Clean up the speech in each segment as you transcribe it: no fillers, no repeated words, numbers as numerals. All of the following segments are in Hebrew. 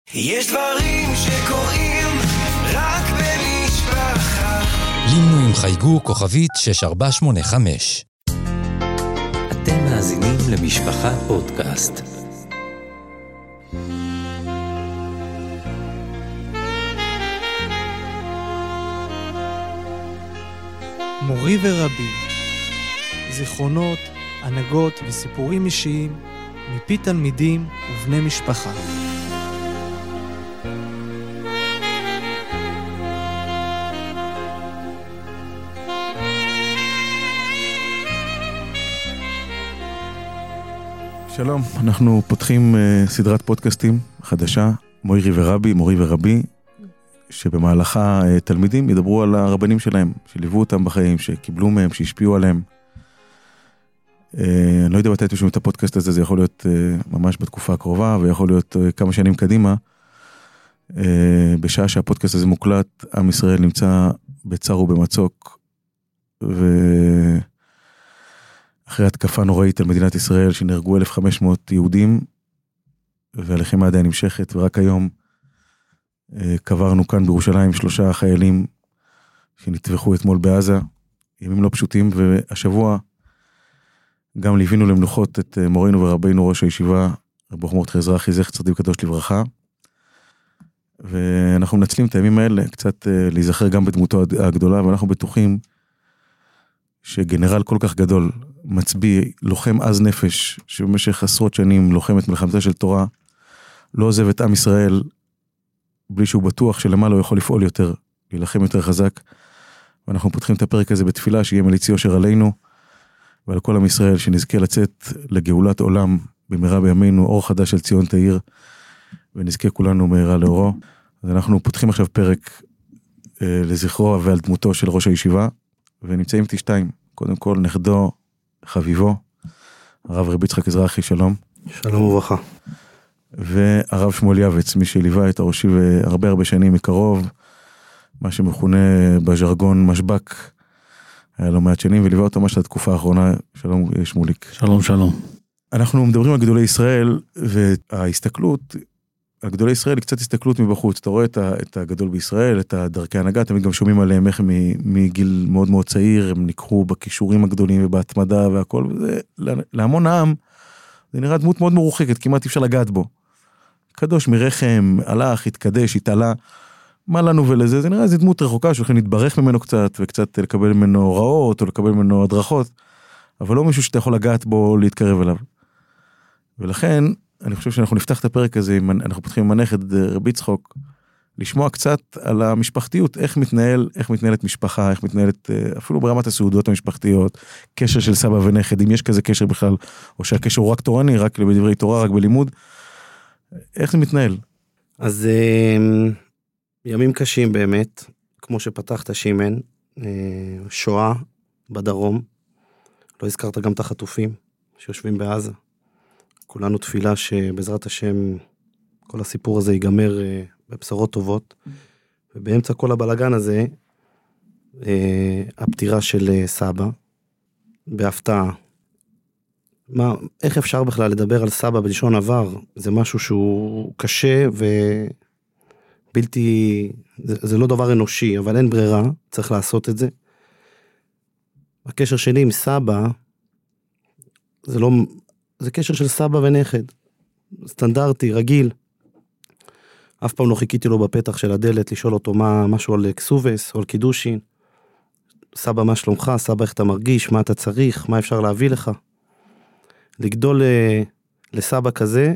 יש דברים שקורים רק במשפחה. לינו עם חייגו כוכבית 6485. אתם מאזינים למשפחה פודקאסט. מורי ורבי, זיכרונות, הנהגות וסיפורים אישיים מפי תלמידים ובני משפחה. שלום, אנחנו פותחים סדרת פודקאסטים חדשה, מורי ורבי, שבמהלכה תלמידים ידברו על הרבנים שלהם, שליוו אותם בחיים, שקיבלו מהם, שהשפיעו עליהם. אני לא יודע מתי אתם שומעים את הפודקאסט הזה, זה יכול להיות ממש בתקופה הקרובה, ויכול להיות כמה שנים קדימה. בשעה שהפודקאסט הזה מוקלט, עם ישראל נמצא בצר ובמצוק, אחרי התקפה נוראית על מדינת ישראל, שנהרגו 1,500 יהודים, והלחימה עדיין נמשכת, ורק היום קברנו כאן בירושלים 3 חיילים שנטבחו אתמול בעזה, ימים לא פשוטים, והשבוע גם ליווינו למנוחות את מורנו ורבינו ראש הישיבה, רב מרדכי אזרחי, זכר צדיק קדוש לברכה, ואנחנו מנצלים את הימים האלה קצת להיזכר גם בדמותו הגדולה, ואנחנו בטוחים שגנרל כל כך גדול, מצביא, לוחם עז נפש, שבמשך עשרות שנים לוחם את מלחמתה של תורה, לא עוזב את עם ישראל, בלי שהוא בטוח שלמעלה הוא יכול לפעול יותר, להילחם יותר חזק, ואנחנו פותחים את הפרק הזה בתפילה, שיהיה מליץ יושר עלינו, ועל כל עם ישראל, שנזכה לצאת לגאולת עולם, במהרה בימינו, אור חדש של ציון תאיר, ונזכה כולנו מהרה לאורו. אז אנחנו פותחים עכשיו פרק לזכרו ועל דמותו של ראש הישיבה, ונמצאים איתי 2, קודם כל נכדו, חביבו, הרב רבי יצחק אזרחי, שלום. שלום וברכה. והרב שמואל יעבץ, מי שליווה את הראשי הרבה שנים מקרוב, מה שמכונה בז'רגון משבק, היה לו מעט שנים, וליווה אותו ממש לתקופה האחרונה. שלום שמוליק. שלום. אנחנו מדברים על גדולי ישראל, וההסתכלות, על גדולי ישראל היא קצת הסתכלות מבחוץ. אתה רואה את הגדול בישראל, את דרכי ההנהגה, תמיד גם שומעים עליהם איך מגיל מאוד מאוד צעיר, הם ניקחו בכישורים הגדולים ובהתמדה והכל, וזה להמון העם, זה נראה דמות מאוד מרוחקת, כמעט אפשר לגעת בו. קדוש מרחם, הלך, התקדש, התעלה, מה לנו ולזה, זה נראה איזו דמות רחוקה, שהולכים להתברך ממנו קצת, וקצת לקבל ממנו הוראות, או לקבל ממנו הדרכות, אבל לא מישהו שאתה יכול לגעת בו, להתקרב אליו. ולכן, אני חושב שאנחנו נפתח את הפרק הזה, אנחנו פותחים עם הנכד רבי צחוק, לשמוע קצת על המשפחתיות, איך מתנהלת משפחה, איך מתנהלת, אפילו ברמת הסעודות המשפחתיות, קשר של סבא ונכד, אם יש כזה קשר בכלל, או שהקשר הוא רק תורני, רק בדברי תורה, רק בלימוד, איך זה מתנהל? אז ימים קשים באמת, כמו שפתחת שימן, שואה בדרום, לא הזכרת גם את החטופים שיושבים בעזה, כולנו תפילה שבעזרת השם כל הסיפור הזה ייגמר בבשורות טובות, ובאמצע כל הבלגן הזה, הפטירה של סבא, בהפתעה. איך אפשר בכלל לדבר על סבא בלשון עבר? זה משהו שהוא קשה ובלתי, זה לא דבר אנושי, אבל אין ברירה, צריך לעשות את זה. הקשר שלי עם סבא, זה קשר של סבא ונכד, סטנדרטי, רגיל. אף פעם לא חיכיתי לו בפתח של הדלת, לשאול אותו משהו על קסובס, או על קידושין. סבא, מה שלומך? סבא, איך אתה מרגיש? מה אתה צריך? מה אפשר להביא לך? לגדול לסבא כזה,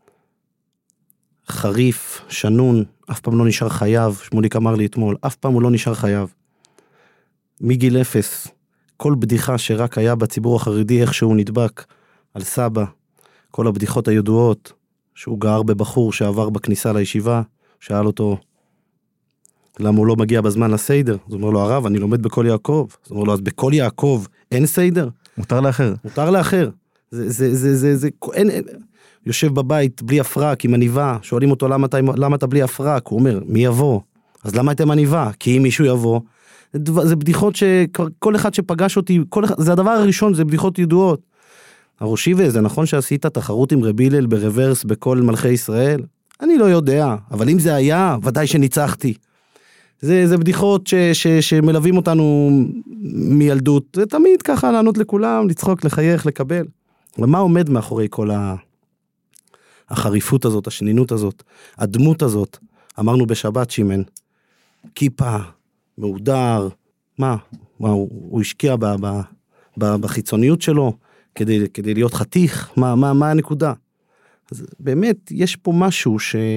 חריף, שנון, אף פעם לא נשאר חייב, שמוליק אמר לי אתמול, אף פעם הוא לא נשאר חייב. מגיל 0, כל בדיחה שרק היה בציבור החרדי, איך שהוא נדבק על סבא, כל הבדיחות הידועות, שהוא גר בבחור שעבר בכניסה לישיבה, שאל אותו, למה הוא לא מגיע בזמן לסיידר? אז הוא אומר לו, הרב, אני לומד בכל יעקב. אז הוא אומר לו, אז בכל יעקב אין סיידר? מותר לאחר. מותר לאחר. אין, יושב בבית בלי הפרק עם עניבה, שואלים אותו למה אתה בלי הפרק, הוא אומר, מי יבוא? אז למה אתם עניבה? כי אם מישהו יבוא, זה בדיחות שכל אחד שפגש אותי, זה הדבר הראשון, זה בדיחות ידועות. הראשי וזה נכון שעשית תחרות עם רבי הלל ברוורס בכל מלכי ישראל? אני לא יודע, אבל אם זה היה, ודאי שניצחתי. זה בדיחות שמלווים אותנו מילדות, זה תמיד ככה לענות לכולם, לצחוק, לחייך, לקבל. ומה עומד מאחורי כל החריפות הזאת, השנינות הזאת, הדמות הזאת, אמרנו בשבת שימן, כיפה, מהודר, מה הוא השקיע בחיצוניות שלו, כדי להיות חתיך, מה הנקודה? אז באמת, יש פה משהו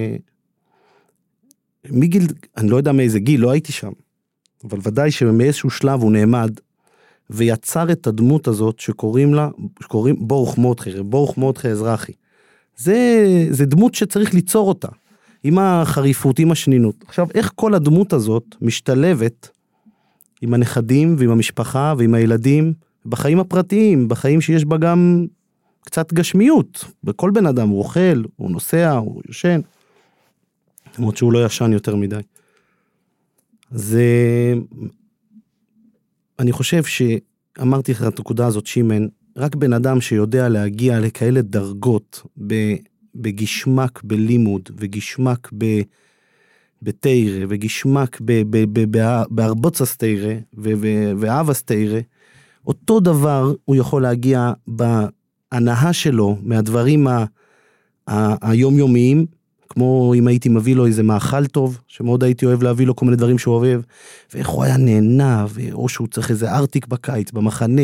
מגיל, אני לא יודע מאיזה גיל, לא הייתי שם, אבל ודאי שמאיזשהו שלב הוא נעמד, ויצר את הדמות הזאת שקוראים ברוך מרדכי אזרחי. זה דמות שצריך ליצור אותה, עם החריפות, עם השנינות. עכשיו, איך כל הדמות הזאת משתלבת עם הנכדים ועם המשפחה ועם הילדים, בחיים הפרטיים, בחיים שיש בה גם קצת גשמיות. בכל בן אדם הוא אוכל, הוא נוסע, הוא יושן. למרות שהוא לא ישן יותר מדי. אני חושב שאמרתי לך את הנקודה הזאת, שימן, רק בן אדם שיודע להגיע לכאלה דרגות בגשמק בלימוד, וגשמק בתירה, וגשמק בארבוצס תירה, ואבס תירה, אותו דבר הוא יכול להגיע בהנאה שלו, מהדברים היומיומיים, כמו אם הייתי מביא לו איזה מאכל טוב, שמאוד הייתי אוהב להביא לו כל מיני דברים שהוא אוהב, ואיך הוא היה נהנה, או שהוא צריך איזה ארטיק בקיץ, במחנה,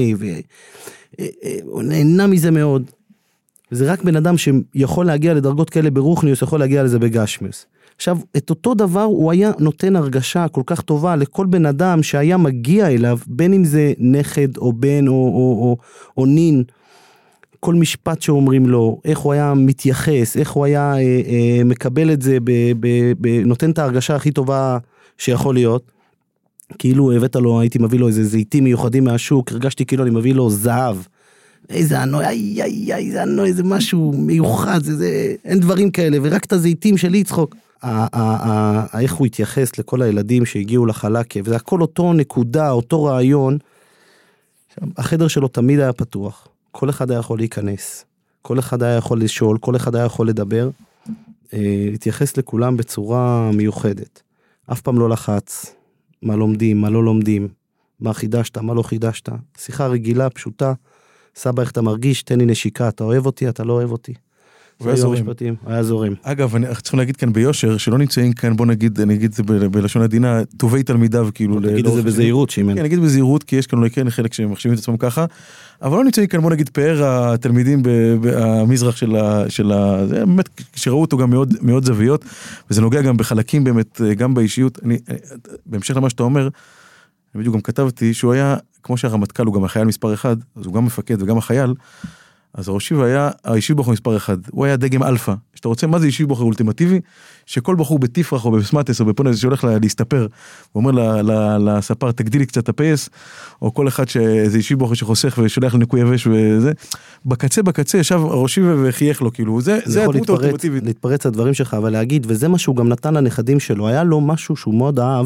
והוא נהנה מזה מאוד. וזה רק בן אדם שיכול להגיע לדרגות כאלה ברוחניוס, יכול להגיע לזה בגשמיוס. עכשיו, את אותו דבר הוא היה נותן הרגשה כל כך טובה לכל בן אדם שהיה מגיע אליו, בין אם זה נכד או בן או נין, כל משפט שאומרים לו, איך הוא היה מתייחס, איך הוא היה מקבל את זה, נותן את ההרגשה הכי טובה שיכול להיות. כאילו הבאת לו, הייתי מביא לו איזה זיתים מיוחדים מהשוק, הרגשתי כאילו אני מביא לו זהב. איזה ענוי, איזה ענוי, איזה משהו מיוחד, אין דברים כאלה, ורק את הזיתים שלי יצחוק. איך הוא התייחס לכל הילדים שהגיעו לחלקה, וזה הכל אותו נקודה, אותו רעיון, החדר שלו תמיד היה פתוח. כל אחד היה יכול להיכנס, כל אחד היה יכול לשאול, כל אחד היה יכול לדבר, להתייחס לכולם בצורה מיוחדת. אף פעם לא לחץ, מה לומדים, מה לא לומדים, מה חידשת, מה לא חידשת. שיחה רגילה, פשוטה, סבא איך אתה מרגיש, תן לי נשיקה, אתה אוהב אותי, אתה לא אוהב אותי. היה זורם. אגב, אנחנו צריכים להגיד כאן ביושר, שלא נמצאים כאן, בוא נגיד, אני אגיד את זה בלשון עדינה, טובי תלמידיו, כאילו. נגיד את זה בזהירות, שימן. כן, נגיד בזהירות, כי יש כאן אולי כן חלק שמחשיבים את עצמם ככה, אבל לא נמצאים כאן, בוא נגיד, פאר התלמידים במזרח של זה באמת, שראו אותו גם מאוד זוויות, וזה נוגע גם בחלקים באמת, גם באישיות. בהמשך למה שאתה אומר, אני בדיוק גם כתבתי, שהוא היה, כמו שהרמטכ"ל הוא גם החייל מספר 1, אז הוא גם מפקד וגם החייל, אז הראשיב היה האישי בוחר מספר 1, הוא היה דגם אלפא, שאתה רוצה, מה זה אישי בוחר אולטימטיבי? שכל בחור בתפרח או בסמטס או בפונס שהולך להסתפר, הוא אומר לספר תגדילי קצת הפייס, או כל אחד שזה אישי בוחר שחוסך ושולח לניקוי יבש וזה, בקצה ישב הראשיב וחייך לו, כאילו, זה הדמות האולטימטיבית. להתפרץ הדברים שלך, אבל להגיד, וזה מה שהוא גם נתן לנכדים שלו, היה לו משהו שהוא מאוד אהב,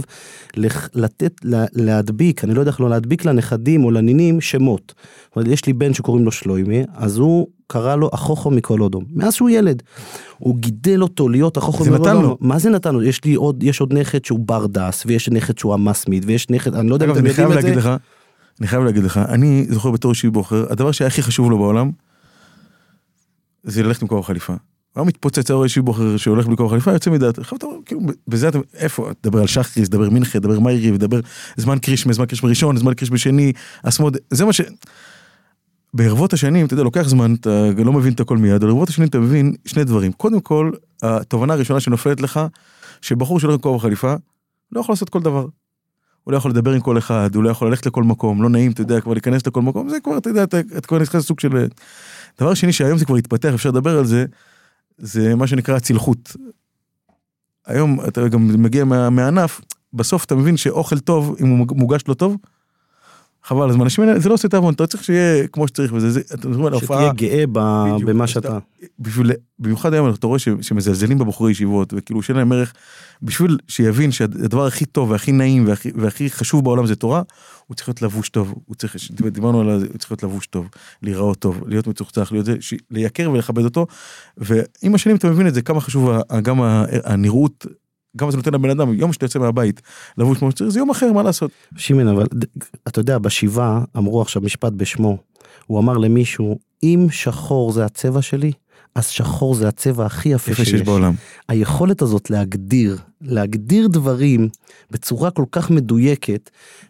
להדביק, אני לא יודע איך לא להדביק לנכדים או לנינים שמות. יש לי בן שקוראים לו שלוימי, אז הוא קרא לו אחוכו מכל אודום. מאז שהוא ילד. הוא גידל אותו להיות אחוכו מכל אודום. מה זה נתן לו? יש עוד נכד שהוא ברדס, ויש נכד שהוא המסמיד, ויש נכד, אני לא יודע אם אתם יודעים את זה. אני חייב להגיד לך, אני זוכר בתור אישי בוחר, הדבר שהכי חשוב לו בעולם, זה ללכת עם כוח חליפה. הוא מתפוצץ האור אישי בוחר שהולך בלי כוח חליפה, יוצא מדעת. כאילו, בזה אתם, איפה? דבר על שחריס, דבר מנחה, דבר מיירי, דבר זמן קריש בראשון, זמן קריש בשני, אסמוד, זה מה ש... בערבות השנים, אתה יודע, לוקח זמן, אתה לא מבין את הכל מיד, אבל בערבות השנים אתה מבין שני דברים. קודם כל, התובנה הראשונה שנופלת לך, שבחור שהולך עם כוח חליפה, לא יכול לעשות כל דבר. הוא לא יכול לדבר עם כל אחד, הוא לא יכול ללכת לכל מקום, לא נעים, אתה יודע, כבר להיכנס לכל מקום, זה כבר, אתה יודע, אתה כבר נכנס לסוג של... דבר שני שהיום זה כבר התפתח, אפשר לדבר על זה, זה מה שנקרא צלחות. היום אתה גם מגיע מהענף, בסוף אתה מבין שאוכל טוב, אם הוא מוגש לא טוב, חבל, אז אנשים האלה, זה לא עושה את העוון, אתה צריך שיהיה כמו שצריך, וזה, אתה מדברים על ההופעה... שתהיה גאה במה שאתה... במיוחד היום אתה רואה שמזלזלים בבחורי ישיבות, וכאילו שאין להם ערך, בשביל שיבין שהדבר הכי טוב, והכי נעים, והכי חשוב בעולם זה תורה, הוא צריך להיות לבוש טוב, דיברנו על זה, הוא צריך להיות לבוש טוב, להיראות טוב, להיות מצוחצח, לייקר ולכבד אותו, ועם השנים אתה מבין את זה, כמה חשוב גם הנראות, גם זה נותן לבן אדם, יום שאתה יוצא מהבית, לבוש כמו שצריך, זה יום אחר, מה לעשות? שימן, אבל אתה יודע, בשבעה אמרו עכשיו משפט בשמו, הוא אמר למישהו, אם שחור זה הצבע שלי, אז שחור זה הצבע הכי יפה שיש בעולם. היכולת הזאת להגדיר דברים בצורה כל כך מדויקת,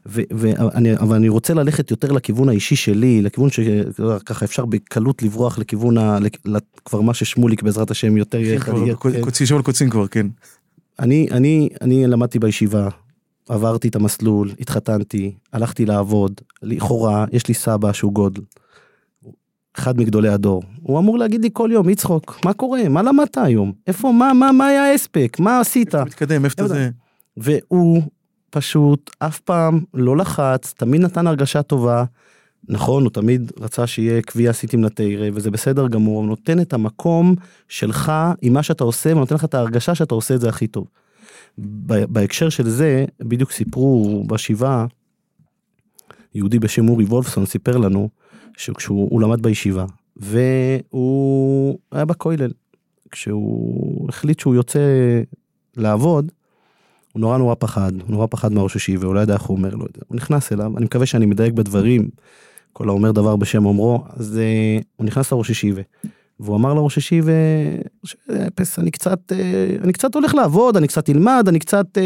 אבל אני רוצה ללכת יותר לכיוון האישי שלי, לכיוון שככה אפשר בקלות לברוח לכיוון, כבר מה ששמוליק בעזרת השם יותר... קוצי שול קוצים כבר, כן. אני למדתי בישיבה, עברתי את המסלול, התחתנתי, הלכתי לעבוד, לכאורה, יש לי סבא שהוא גודל, אחד מגדולי הדור, הוא אמור להגיד לי כל יום, יצחוק, מה קורה? מה למדת היום? איפה, מה היה האספק? מה עשית? איפה אתה מתקדם? איפה זה? והוא פשוט אף פעם לא לחץ, תמיד נתן הרגשה טובה, נכון, הוא תמיד רצה שיהיה קביעה סיטים לתירה, וזה בסדר גמור, הוא נותן את המקום שלך עם מה שאתה עושה, ונותן לך את ההרגשה שאתה עושה את זה הכי טוב. בהקשר של זה, בדיוק סיפרו בשבעה, יהודי בשם אורי וולפסון סיפר לנו, שכשהוא למד בישיבה, והוא היה בכולל, כשהוא החליט שהוא יוצא לעבוד, הוא נורא פחד מהראש ישיבה, הוא לא יודע איך הוא אומר לו את זה, הוא נכנס אליו, אני מקווה שאני מדייק בדברים, כל האומר דבר בשם אומרו, אז הוא נכנס לראש ישיבה, והוא אמר לראש ישיבה, פס, אני קצת הולך לעבוד, אני קצת ילמד, אני קצת...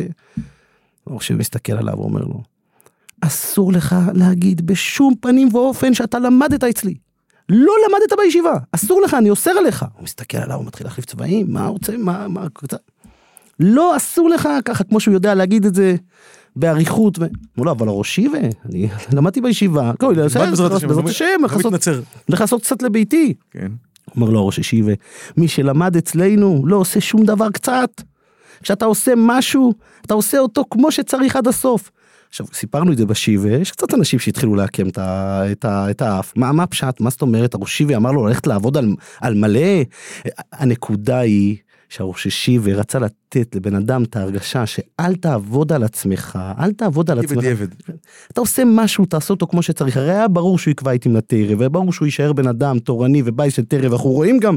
ראש ישיבה מסתכל עליו, הוא אומר לו, אסור לך להגיד בשום פנים ואופן שאתה למדת אצלי. לא למדת בישיבה. אסור לך, אני אוסר עליך. הוא מסתכל עליו, הוא מתחיל להחליף צבעים, מה רוצה, מה... לא, אסור לך ככה, כמו שהוא יודע להגיד את זה בעריכות. הוא לא, אבל הראש ישיבה, אני למדתי בישיבה. בעזרת השם, לך לעשות קצת לביתי. כן. אומר לו, הראש ישיבה, מי שלמד אצלנו לא עושה שום דבר קצת. כשאתה עושה משהו, אתה עושה אותו כמו שצריך עד הסוף. עכשיו, סיפרנו את זה בשיבה, יש קצת אנשים שהתחילו להקם את האף. מה פשט? מה זאת אומרת? הראש שיבה אמר לו ללכת לעבוד על מלא. הנקודה היא שהראש שיבה רצה לתת לבן אדם את ההרגשה שאל תעבוד על עצמך, אל תעבוד על עצמך. אתה עושה משהו, תעשה אותו כמו שצריך. הרי היה ברור שהוא יקבע איתי לתרא, וברור שהוא יישאר בן אדם תורני ובית של תרא, ואנחנו רואים גם...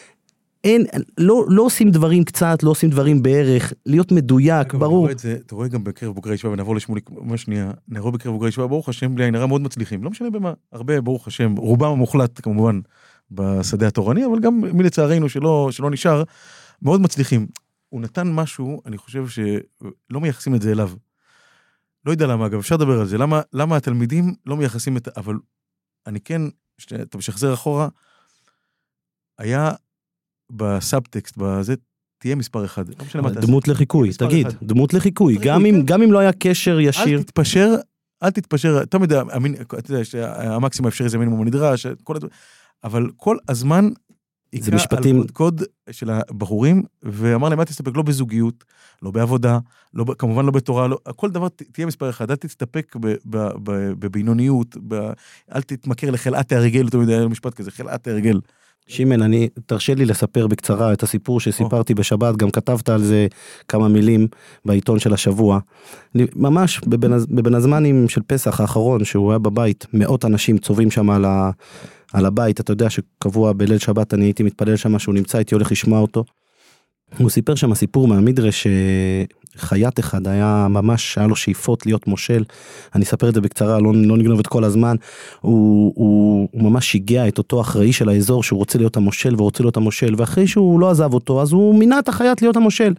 לא עושים דברים קצת, לא עושים דברים בערך, להיות מדויק, ברור. אתה רואה גם בקרב בוגרי ישיבה, ונעבור לשמוליק, מה שנייה, נעבור בקרב בוגרי ישיבה, ברוך השם, בלי עין הרע מאוד מצליחים, לא משנה במה, הרבה, ברוך השם, רובם המוחלט, כמובן, בשדה התורני, אבל גם מלצערנו שלא נשאר, מאוד מצליחים. הוא נתן משהו, אני חושב שלא מייחסים את זה אליו. לא יודע למה, אגב, אפשר לדבר על זה, למה התלמידים לא מייחסים את, אבל אני כן, אתה משחזר אחורה, היה בסאבטקסט, בזה, תהיה מספר אחד. דמות לחיקוי, תגיד, דמות לחיקוי, גם אם לא היה קשר ישיר. אל תתפשר, תמיד, אתה יודע, המקסימום האפשרי זה מינימום הנדרש, אבל כל הזמן, זה משפטים... קוד של הבחורים, ואמר להם, אל תסתפק לא בזוגיות, לא בעבודה, כמובן לא בתורה, כל דבר תהיה מספר אחד, אל תסתפק בבינוניות, אל תתמכר לחלאת ההרגל, תמיד היה משפט כזה, חלאת ההרגל. שימן, תרשה לי לספר בקצרה את הסיפור שסיפרתי בשבת, גם כתבת על זה כמה מילים בעיתון של השבוע. ממש בבין הזמנים של פסח האחרון, שהוא היה בבית, מאות אנשים צובעים שם על הבית, אתה יודע שקבוע בליל שבת, אני הייתי מתפלל שם, שהוא נמצא, הייתי הולך לשמוע אותו. הוא סיפר שם סיפור מהמדרש, חייט אחד היה ממש, היה לו שאיפות להיות מושל, אני אספר את זה בקצרה, לא נגנוב את כל הזמן, הוא ממש שיגע את אותו אחראי של האזור, שהוא רוצה להיות המושל ורוצה להיות המושל, ואחרי שהוא לא עזב אותו, אז הוא מינה את החייט להיות המושל.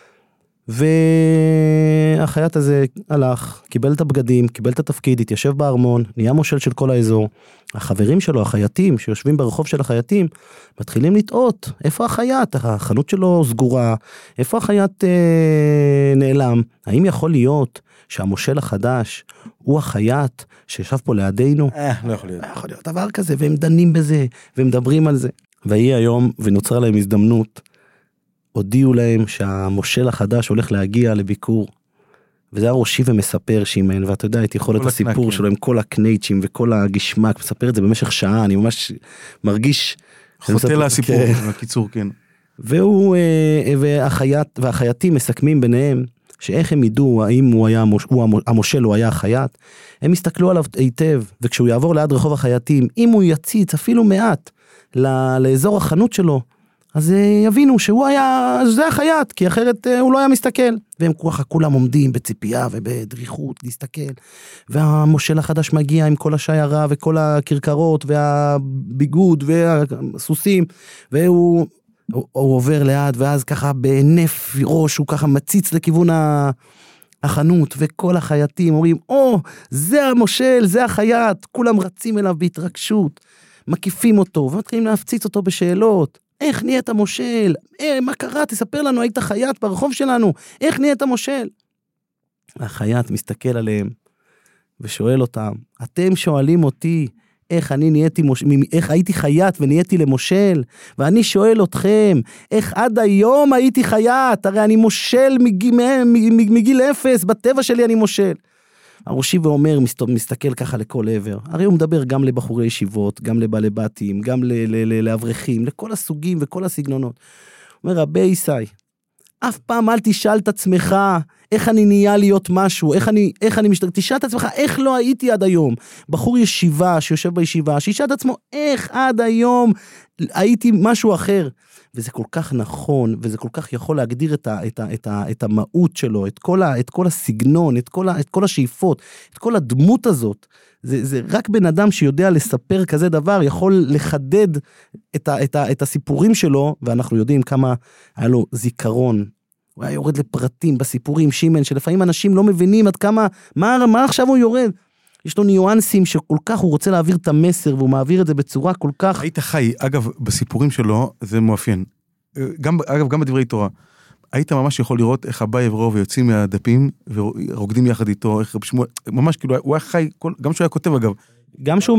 והחייט הזה הלך, קיבל את הבגדים, קיבל את התפקיד, התיישב בארמון, נהיה מושל של כל האזור. החברים שלו, החייטים, שיושבים ברחוב של החייטים, מתחילים לטעות, איפה החייט? החנות שלו סגורה, איפה החייט נעלם? האם יכול להיות שהמושל החדש הוא החייט שישב פה לידינו? לא יכול להיות. לא יכול להיות דבר כזה, והם דנים בזה, והם מדברים על זה. והיא היום, ונוצרה להם הזדמנות, הודיעו להם שהמושל החדש הולך להגיע לביקור, וזה היה ראשי ומספר שימן, ואתה יודע את יכולת הסיפור שלו עם כל הקנייצ'ים וכל הגשמק, מספר את זה במשך שעה, אני ממש מרגיש... חוטא לסיפור, בקיצור, כן. והוא, והחייטים מסכמים ביניהם, שאיך הם ידעו האם הוא היה המושל או היה החייט, הם הסתכלו עליו היטב, וכשהוא יעבור ליד רחוב החייטים, אם הוא יציץ אפילו מעט לאזור החנות שלו, אז יבינו שהוא היה, זה החייט, כי אחרת הוא לא היה מסתכל. והם כולם עומדים בציפייה ובדריכות להסתכל, והמושל החדש מגיע עם כל השיירה וכל הכרכרות והביגוד והסוסים, והוא עובר ליד, ואז ככה בהינף ראש, הוא ככה מציץ לכיוון החנות, וכל החייטים אומרים, זה המושל, זה החייט, כולם רצים אליו בהתרגשות, מקיפים אותו, ומתחילים להפציץ אותו בשאלות, איך נהיית מושל? מה קרה? תספר לנו, היית חייט ברחוב שלנו, איך נהיית מושל? החייט מסתכל עליהם, ושואל אותם, אתם שואלים אותי, איך אני נהייתי איך הייתי חייט ונהייתי למושל, ואני שואל אתכם, איך עד היום הייתי חייט, הרי אני מושל מגיל 0, בטבע שלי אני מושל. הראשי ואומר, מסתכל ככה לכל עבר, הרי הוא מדבר גם לבחורי ישיבות, גם לבעלי בתים, גם לאברכים, לכל הסוגים וכל הסגנונות. הוא אומר, רבי ישי, אף פעם אל תשאל את עצמך, איך אני נהיה להיות משהו, איך אני משתגע, תשאל את עצמך, איך לא הייתי עד היום, בחור ישיבה שיושב בישיבה, שישאל את עצמו, איך עד היום הייתי משהו אחר, וזה כל כך נכון, וזה כל כך יכול להגדיר את המהות שלו, את כל הסגנון, את כל השאיפות, את כל הדמות הזאת, זה רק בן אדם שיודע לספר כזה דבר, יכול לחדד את הסיפורים שלו, ואנחנו יודעים כמה היה לו זיכרון, הוא היה יורד לפרטים בסיפורים, שימן, שלפעמים אנשים לא מבינים עד כמה, מה עכשיו הוא יורד? יש לו ניואנסים שכל כך הוא רוצה להעביר את המסר, והוא מעביר את זה בצורה כל כך... היית חי, אגב, בסיפורים שלו, זה מאפיין. אגב, גם בדברי תורה. היית ממש יכול לראות איך אביי ורוב יוצאים מהדפים, ורוקדים יחד איתו, איך ממש כאילו, הוא היה חי, גם שהוא היה כותב אגב. גם שהוא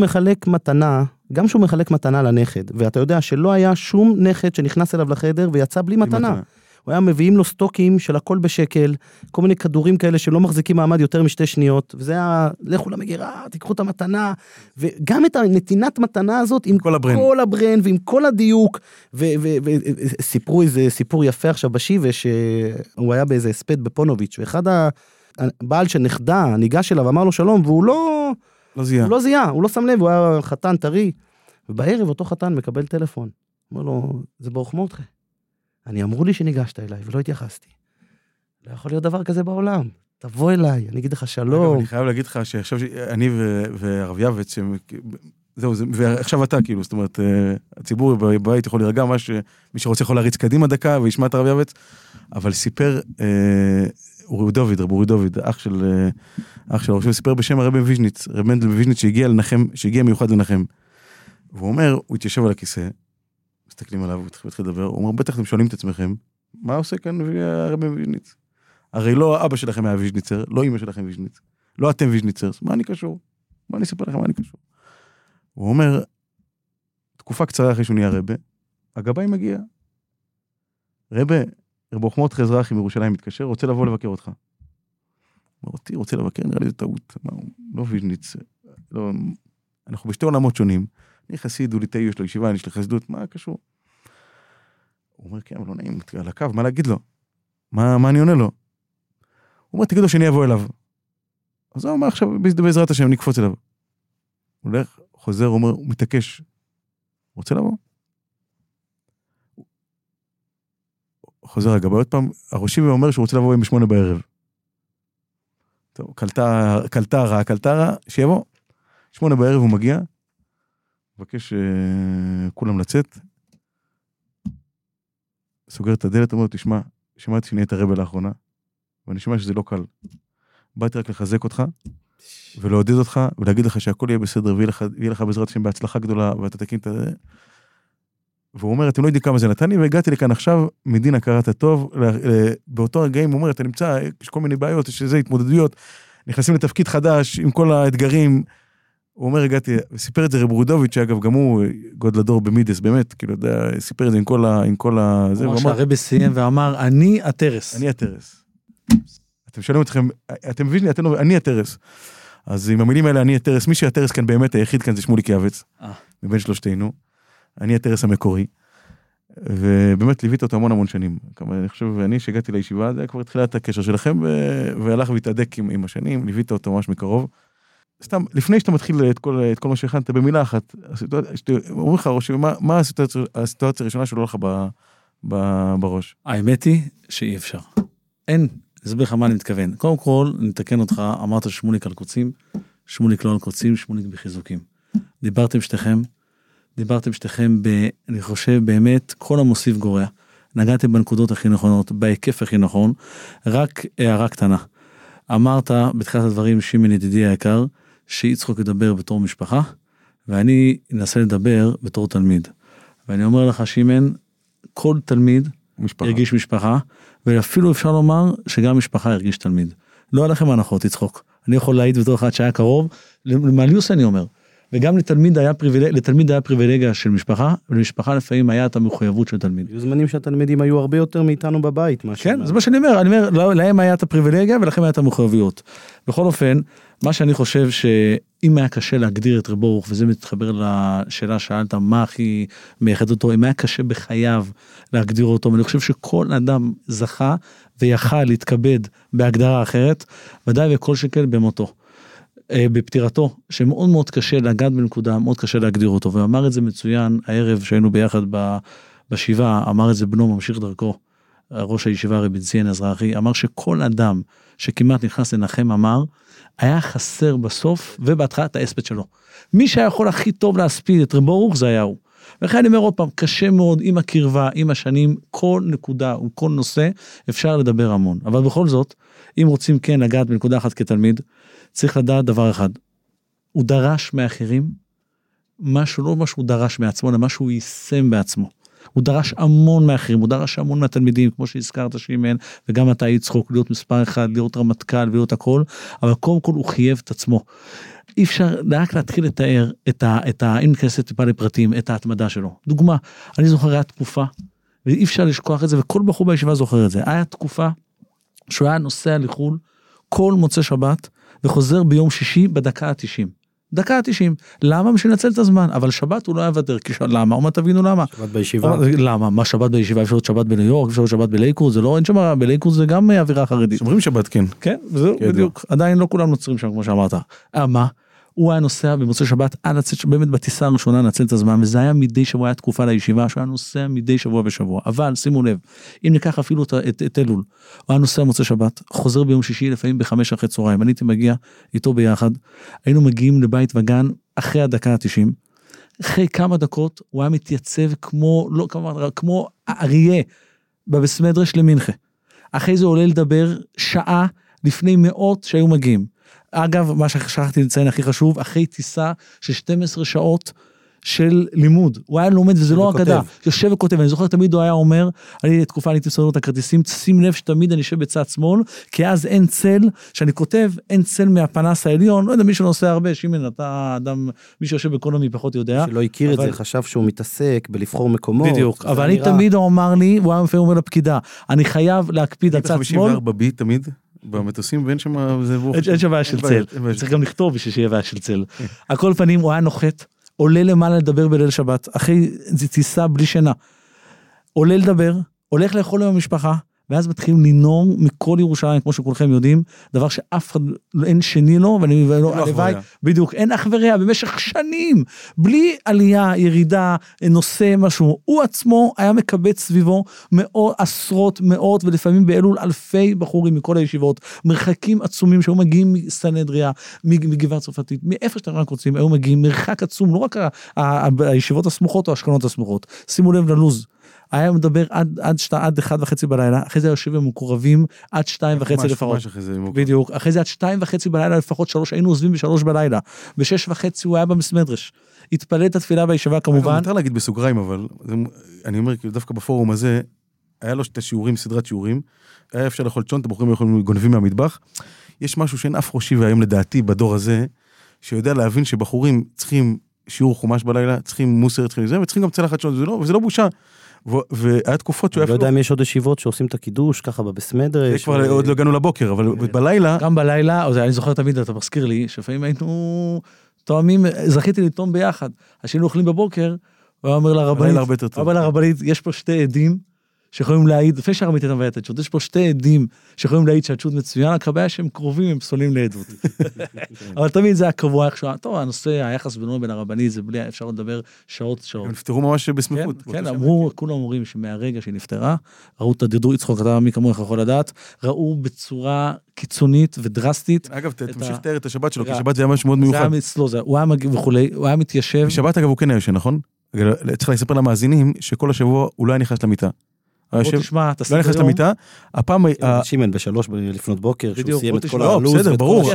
מחלק מתנה לנכד, ואתה יודע שלא היה שום נכד שנכנס אליו לחדר ויצא בלי מתנה. הוא היה מביאים לו סטוקים של הכל בשקל, כל מיני כדורים כאלה שלא מחזיקים מעמד יותר משתי שניות, וזה היה, לכו למגירה, תיקחו את המתנה, וגם את הנתינת מתנה הזאת, עם כל הברן, ועם כל הדיוק, וסיפרו איזה סיפור יפה עכשיו בשיבה, שהוא היה באיזה הספד בפונוביץ', ואחד הבעל שנחדה, ניגש אליו, אמר לו שלום, והוא לא זיהה, הוא לא שם לב, הוא היה חתן טרי, ובערב אותו חתן מקבל טלפון, אומר לו, זה ברוך מותך. אמרו לי שניגשת אליי, ולא התייחסתי. לא יכול להיות דבר כזה בעולם. תבוא אליי, אני אגיד לך שלום. אני חייב להגיד לך שעכשיו אני והרב יבץ, זהו, ועכשיו אתה כאילו, זאת אומרת, הציבור בבית יכול להירגע, מי שרוצה יכול להריץ קדימה דקה, וישמע את הרב יבץ, אבל סיפר, רב אורי דוד, אח של הראשון, סיפר בשם הרב ויז'ניץ, רב מנדל ויז'ניץ, שהגיע מיוחד לנחם. והוא אומר, הוא התיישב על הכיסא, מסתכלים עליו, הוא התחיל לדבר, הוא אומר, בטח אתם שואלים את עצמכם, מה עושה כאן הרבי ויז'ניץ? הרי לא אבא שלכם היה ויז'ניצר, לא אמא שלכם ויז'ניץ, לא אתם ויז'ניצר, מה אני קשור? מה אני אספר לכם, מה אני קשור? הוא אומר, תקופה קצרה אחרי שהוא נהיה רבי, הגבאי מגיע, רב חמות אזרחי מירושלים מתקשר, רוצה לבוא לבקר אותך. הוא אומר, אותי רוצה לבקר, נראה לי זה טעות, לא ויז'ניץ, לא, אנחנו בשתי עולמות שונים, אני חסיד, הוא ליטאי, יש לו ישיבה, יש לי חסידות, מה קשור? הוא אומר, כן, אבל לא נעים, על הקו, מה להגיד לו? מה אני עונה לו? הוא אומר, תגיד לו שאני אבוא אליו. אז הוא אומר, עכשיו, בעזרת השם, נקפוץ אליו. הוא הולך, חוזר, הוא אומר, הוא מתעקש. רוצה לבוא? חוזר רגע, בעוד פעם, הראשי אומר שהוא רוצה לבוא ב8 בערב. טוב, קלטה רע, שיבוא. 8 בערב הוא מגיע, מבקש כולם לצאת, סוגר את הדלת, אומר, תשמע, שמעתי שנהיית רבי לאחרונה, ואני שומע שזה לא קל. באתי רק לחזק אותך, ולעודד אותך, ולהגיד לך שהכל יהיה בסדר, ויהיה לך בעזרת השם בהצלחה גדולה, ואתה תקים את זה. והוא אומר, אתם לא יודעים כמה זה נתן לי, והגעתי לכאן עכשיו, מדין הכרת הטוב, באותו רגעים הוא אומר, אתה נמצא, יש כל מיני בעיות, יש איזה התמודדויות, נכנסים לתפקיד חדש, עם כל האתגרים, הוא אומר, הגעתי, וסיפר את זה רב רודוביץ', שאגב, גם הוא גודל הדור במידס, באמת, כאילו, סיפר את זה עם כל ה... הוא אמר שהרבי סיים ואמר, אני הטרס. אני הטרס. אתם שואלים אתכם, אתם מבינים, אני הטרס. אז עם המילים האלה, אני הטרס, מי שהטרס כאן באמת היחיד כאן זה שמוליק יעבץ, מבין שלושתנו. אני הטרס המקורי. ובאמת ליווית אותו המון שנים. אני חושב, ואני שהגעתי לישיבה, זה כבר התחילת הקשר שלכם, והלך והתעדק עם השנים, ליווית אותו ממש מקרוב. סתם, לפני שאתה מתחיל את כל מה שהכנת, במילה אחת, אומרים לך, מה הסיטואציה הראשונה שלא לך בראש? האמת היא שאי אפשר. אין, אסביר לך מה אני מתכוון. קודם כל, נתקן אותך, אמרת שמוליק על קוצים, שמוליק לא על קוצים, שמוליק בחיזוקים. דיברתם שתיכם אני חושב באמת, כל המוסיף גורע. נגעתם בנקודות הכי נכונות, בהיקף הכי נכון, רק הערה קטנה. אמרת בתחילת הדברים, שימן ידידי היקר, שיצחוק ידבר בתור משפחה, ואני אנסה לדבר בתור תלמיד. ואני אומר לך, שימן, כל תלמיד ירגיש משפחה, ואפילו אפשר לומר שגם משפחה ירגיש תלמיד. לא עליכם הנחות, יצחוק. אני יכול להעיד בתור אחד שהיה קרוב, למעליוס אני אומר. וגם לתלמיד היה פריבילגיה של משפחה, ולמשפחה לפעמים היה את המחויבות של תלמיד. היו זמנים שהתלמידים היו הרבה יותר מאיתנו בבית. כן, זה מה שאני אומר, להם היה את הפריבילגיה, ולכם היה את המחויבויות. בכל אופן, מה שאני חושב שאם היה קשה להגדיר את רב ברוך, וזה מתחבר לשאלה שאלת, מה הכי מייחד אותו, אם היה קשה בחייו להגדיר אותו, ואני חושב שכל אדם זכה, ויכל להתכבד בהגדרה אחרת, ודאי וכל שקל במותו. בפטירתו, שמאוד מאוד קשה לגעת בנקודה, מאוד קשה להגדיר אותו, ואמר את זה מצוין, הערב שהיינו ביחד בשבעה, אמר את זה בנו ממשיך דרכו, ראש הישיבה רבי ציין אזרחי, אמר שכל אדם שכמעט נכנס לנחם אמר, היה חסר בסוף, ובהתחלה את האספט שלו. מי שהיה יכול הכי טוב להספיד את רב ברוך, זה היה הוא. ולכן אני אומר עוד פעם, קשה מאוד עם הקרבה, עם השנים, כל נקודה וכל נושא, אפשר לדבר המון. אבל בכל זאת, אם רוצים כן לגעת בנקודה אחת כתלמיד, צריך לדעת דבר אחד, הוא דרש מאחרים, משהו, לא משהו הוא דרש מעצמו, אלא משהו הוא יישם בעצמו. הוא דרש המון מאחרים, הוא דרש המון מהתלמידים, כמו שהזכרת שימן, וגם אתה יצחוק, להיות מספר אחד, להיות רמטכ"ל, להיות הכל, אבל קודם כל הוא חייב את עצמו. אי אפשר רק להתחיל לתאר אם נכנס טיפה לפרטים, את ההתמדה שלו. דוגמה, אני זוכר, היה תקופה, ואי אפשר לשכוח את זה, וכל בחור בישיבה זוכר את זה. היה תקופה שהוא היה נוסע לחול, כל מוצא שבת, וחוזר ביום שישי בדקה ה-90. דקה ה-90. למה? בשביל לנצל את הזמן. אבל שבת הוא לא היה ותר. למה? או מה תבינו למה? שבת בישיבה. למה? מה שבת בישיבה? אפשר להיות שבת בניו יורק, אפשר להיות שבת בלייקורס, זה לא, אין שם, בלייקורס זה גם אווירה חרדית. שומרים שבת, כן. כן, וזהו, בדיוק. עדיין לא כולם נוצרים שם, כמו שאמרת. מה? הוא היה נוסע במוצא שבת, עד לצאת באמת בטיסה הראשונה נצל את הזמן, וזה היה מדי שבוע, היה תקופה לישיבה, שהוא היה נוסע מדי שבוע בשבוע. אבל שימו לב, אם ניקח אפילו את אלול, הוא היה נוסע במוצא שבת, חוזר ביום שישי, לפעמים ב5:00 צהריים, אני הייתי מגיע איתו ביחד, היינו מגיעים לבית וגן, אחרי הדקה ה-90, אחרי כמה דקות, הוא היה מתייצב כמו אריה, בבסמדרש למנחה. אחרי זה עולה לדבר שעה לפני מאות שהיו מגיעים. אגב, מה ששכחתי לציין הכי חשוב, אחרי טיסה של 12 שעות של לימוד, הוא היה לומד וזה לא אגדה, יושב וכותב, אני זוכר תמיד הוא היה אומר, אני תקופה הייתי מסדר את הכרטיסים, שים לב שתמיד אני יושב בצד שמאל, כי אז אין צל, שאני כותב, אין צל מהפנס העליון, לא יודע מי שנוסע הרבה, שימן, אתה אדם, מי שיושב בקונומי פחות יודע. שלא הכיר את זה, חשב שהוא מתעסק בלבחור מקומות. בדיוק, אבל אני תמיד הוא אמר לי, הוא היה מפעמים אומר לפקידה, אני חייב להקפיד על צד שמאל. 54B תמיד. במטוסים ואין שם... אין שם בעיה של צל, צריך גם לכתוב בשביל שיהיה בעיה של צל. על כל פנים הוא היה נוחת, עולה למעלה לדבר בליל שבת, אחרי זה טיסה בלי שינה, עולה לדבר, הולך לאכול עם המשפחה, ואז מתחילים לנום מכל ירושלים, כמו שכולכם יודעים, דבר שאף אחד אין שני לו, הלוואי, בדיוק, אין אח ורע, במשך שנים, בלי עלייה, ירידה, נושא משהו, הוא עצמו היה מקבץ סביבו עשרות, מאות, ולפעמים באלול אלפי בחורים מכל הישיבות, מרחקים עצומים שהיו מגיעים מסנהדריה, מגבעת צרפתית, מאיפה שאתם רק רוצים, היו מגיעים מרחק עצום, לא רק הישיבות הסמוכות או השכונות הסמוכות, שימו לב ללוז, היה מדבר עד 1:30 בלילה, אחרי זה יושבים מקורבים עד 2:30 לפחות. בדיוק, אחרי זה עד 2:30 בלילה לפחות 3, היינו עוזבים ב3 בלילה, ב6:30 הוא היה במסמדרש, התפלל את התפילה בישיבה כמובן. מותר להגיד בסוגריים, אבל אני אומר, דווקא בפורום הזה, היה לו את השיעורים, סדרת שיעורים, היה אפשר לאכול צ'ון, את הבחורים יכולים גונבים מהמטבח, יש משהו שאין אף ראשי והיום לדעתי בדור הזה, שיודע להבין שבחורים צריכים שיעור חומש בלילה, צריכים מוסר, צריכים זה, וצריכים גם צלחת צ'ון, וזה לא בושה. והיה תקופות שהוא אני לא יודע אם יש עוד ישיבות שעושים את הקידוש, ככה בבסמדרש. זה כבר עוד לא הגענו לבוקר, אבל בלילה... גם בלילה, אני זוכר תמיד, אתה מזכיר לי, שפעמים היינו תואמים, זכיתי לטעום ביחד. אז שהיינו אוכלים בבוקר, הוא אומר לרבנית, יש פה שתי עדים שיכולים להעיד, לפני שהרמית איתם ואת התשות, יש פה שתי עדים שיכולים להעיד שהתשות מצוין, רק הבעיה שהם קרובים, הם פסולים לעדות. אבל תמיד זה הקבוע איכשהו, טוב, הנושא, היחס בינו בין הרבנית, זה בלי, אפשר לדבר שעות. הם נפטרו ממש בסמיכות. כן, אמרו, כולם אומרים שמהרגע שהיא נפטרה, ראו את הדרדור, יצחוק, אתה מי כמוך יכול לדעת, ראו בצורה קיצונית ודרסטית. אגב, תמשיך לתאר את השבת שלו, כי השבת זה היה משהו מאוד מיוחד. הוא היה מגיע וכולי, הוא היה מתיישב. בשבת אגב הוא כן היה ישן, נכון? צריך לספר למאזינים שכל השבוע הוא לא היה נכנס למיטה. בוא תשמע, לא נכנס למיטה, הפעם... שימן בשלוש לפנות בוקר, שהוא סיים את כל לא, בסדר, ברור.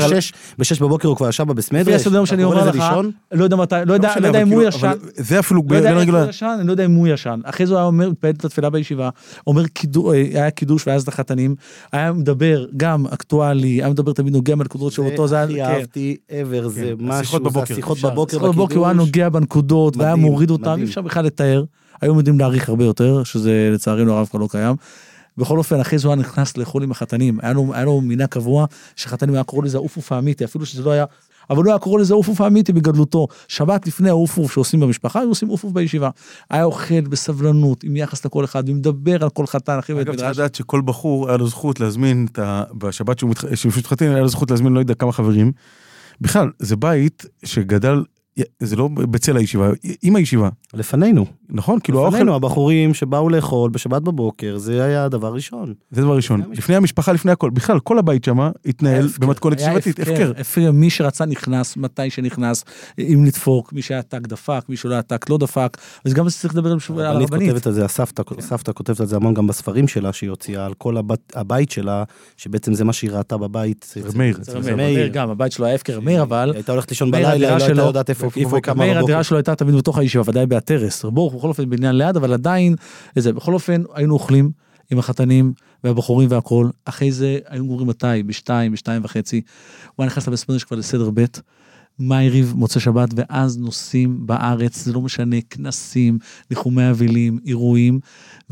בשש בבוקר הוא כבר ישב בבסמדרש. לפי הסדר שאני אומר לך, לא יודע אם הוא ישן. זה אפילו... אני לא יודע אם הוא ישן. אחרי זה הוא היה אומר, מתפעל את התפילה בישיבה, אומר, היה קידוש ואז לחתנים, היה מדבר גם אקטואלי, היה מדבר תמיד נוגע בנקודות של אותו, זה הכי אהבתי ever, זה משהו, זה השיחות בבוקר בקידוש. הוא היה נוגע בנקודות, והיה מוריד אותם, אי אפשר בכלל לתאר. היום יודעים להעריך הרבה יותר, שזה לצערנו הרב כבר לא קיים. בכל אופן, אחרי זה הוא נכנס לאכול עם החתנים. היה לו מינה קבוע, שחתנים היה קורא לזה אופוף האמיתי, אפילו שזה לא היה, אבל הוא היה קורא לזה אופוף האמיתי בגדלותו. שבת לפני האופוף שעושים במשפחה, היו עושים אופוף בישיבה. היה אוכל בסבלנות, עם יחס לכל אחד, ומדבר על כל חתן. אגב, צריך לדעת שכל בחור היה לו זכות להזמין, בשבת שהוא מתחתן, היה לו זכות להזמין לא יודע כמה חברים. בכלל, זה בית שגדל, זה לא בצל הישיבה, עם הישיבה. לפנינו. נכון, כאילו לפנינו, הבחורים שבאו לאכול בשבת בבוקר, זה היה הדבר ראשון. זה דבר ראשון. לפני המשפחה, לפני הכל. בכלל, כל הבית שמה התנהל במתכונת שבטית, הפקר. מי שרצה נכנס, מתי שנכנס, אם לדפוק, מי שהיה טק דפק, מי שלא היה טק לא דפק, אז גם צריך לדבר על הרבנית. כותבת את זה, הסבתא כותבת את זה המון גם בספרים שלה, שהיא הוציאה על כל הבית שלה, שבעצם זה מה שהיא ראתה בבית. מאיר. גם, הבית שלו היה הפקר, מאיר, אבל... הייתה הולכת לישון בלילה, לא הייתה יודעת איפה מאיר, הדירה שלו הייתה תמיד בתוך הישיבה, ודאי בהטרס, רבוך, בכל אופן בניין ליד, אבל עדיין, בכל אופן היינו אוכלים עם החתנים והבחורים והכל, אחרי זה היינו גומרים מתי, בשתיים וחצי, הוא היה נכנס לבסמדרש כבר לסדר ב', מעריב מוצא שבת, ואז נוסעים בארץ, זה לא משנה, כנסים, ניחומי אבלים, אירועים,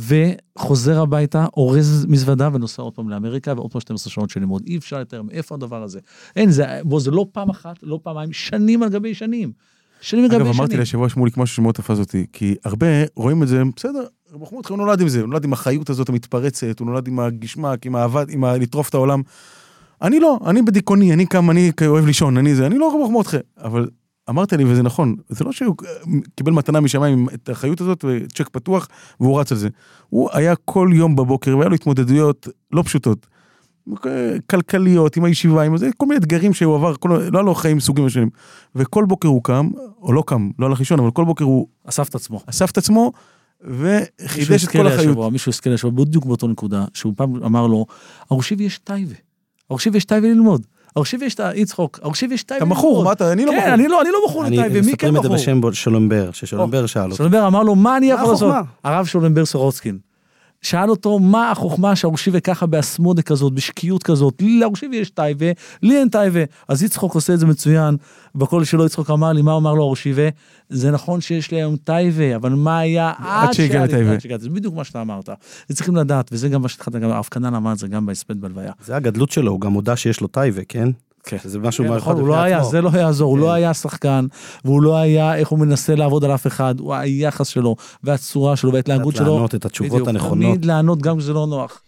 וחוזר הביתה, אורז מזוודה, ונוסע עוד פעם לאמריקה, ועוד פעם 12 שעות של לימוד. אי אפשר יותר, מאיפה הדבר הזה? אין, זה לא פעם אחת, לא פעמיים, שנים על גבי שנים. אגב, אמרתי לשבוע שמוליק משהו שמאוד תפס אותי, כי הרבה רואים את זה, בסדר, רבו הוא נולד עם זה, הוא נולד עם החיות הזאת המתפרצת, הוא נולד עם הגשמק, עם האהבת, עם לטרוף את העולם. אני לא, אני בדיכאוני, אני אוהב לישון, אני לא רבו חמודכם, אבל אמרת לי, וזה נכון, זה לא שהוא קיבל מתנה משמיים את החיות הזאת, וצ'ק פתוח, והוא רץ על זה. הוא היה כל יום בבוקר, והיה לו התמודדויות לא פשוטות, כלכליות, עם הישיבה, עם זה, כל מיני אתגרים שהוא עבר, לא היה לו חיים סוגים משנים, וכל בוקר הוא קם, או לא קם, לא הלך לישון, אבל כל בוקר הוא אסף את עצמו, וחידש את כל החיות. מישהו הסכל השבוע, בדיוק באותו נקודה, שהוא פעם אמר לו, ארושיב יש טייבה ללמוד, ארושיב יש יצחוק, ארושיב יש טייבה ללמוד. אתה מכור, מה אתה? אני לא מכור. אני לא מכור לטייבה, מי כן מכור? מספרים את זה בשם שולמבר, ששולמבר שאל אותו. שולמבר אמר לו, מה אני יכול לעשות? הרב שולמבר סורוצקין. שאל אותו, מה החוכמה שהאורשיבה ככה באסמודה כזאת, בשקיות כזאת, לאורשיבה יש טייבה, לי אין טייבה, אז יצחוק עושה את זה מצוין, בכל שלו יצחוק אמר לי, מה אמר לו אורשיבה? זה נכון שיש לי היום טייבה, אבל מה היה עד שהגע לטייבה? זה בדיוק מה שאתה אמרת, זה צריכים לדעת, וזה גם מה שהתחלת, גם הרב כנן אמר את זה גם בהספד בלוויה. זה הגדלות שלו, הוא גם הודע שיש לו טייבה, כן? זה משהו נכון, הוא לא היה, זה לא יעזור, הוא לא היה שחקן, והוא לא היה איך הוא מנסה לעבוד על אף אחד, הוא היחס שלו, והצורה שלו, וההתנהגות שלו. לענות את התשובות הנכונות. תמיד לענות גם כשזה לא נוח.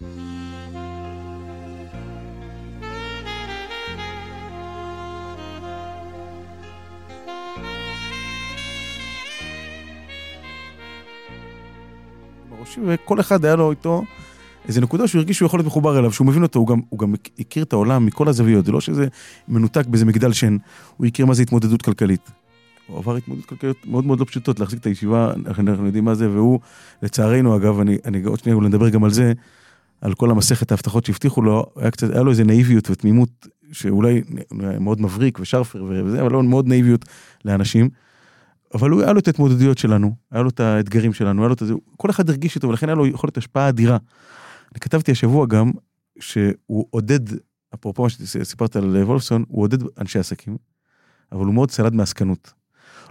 וכל אחד היה לו איתו איזה נקודה שהוא הרגיש שהוא יכול להיות מחובר אליו, שהוא מבין אותו, הוא גם הכיר את העולם מכל הזוויות, זה לא שזה מנותק באיזה מגדל שן, הוא הכיר מה זה התמודדות כלכלית. הוא עבר התמודדות כלכלית מאוד מאוד לא פשוטות, להחזיק את הישיבה, אנחנו יודעים מה זה, והוא, לצערנו אגב, אני עוד שנייה נדבר גם על זה, על כל המסכת ההבטחות שהבטיחו לו, היה לו איזה נאיביות ותמימות, שאולי מאוד מבריק ושרפר וזה, אבל לא מאוד נאיביות לאנשים, אבל הוא היה לו את ההתמודדויות שלנו, היה לו את האתגרים שלנו, היה לו את זה, כל אחד הרגיש אותו, ולכן היה לו יכולת השפעה אדירה. אני כתבתי השבוע גם, שהוא עודד, אפרופו מה שסיפרת על וולפסון, הוא עודד אנשי עסקים, אבל הוא מאוד סלד מעסקנות.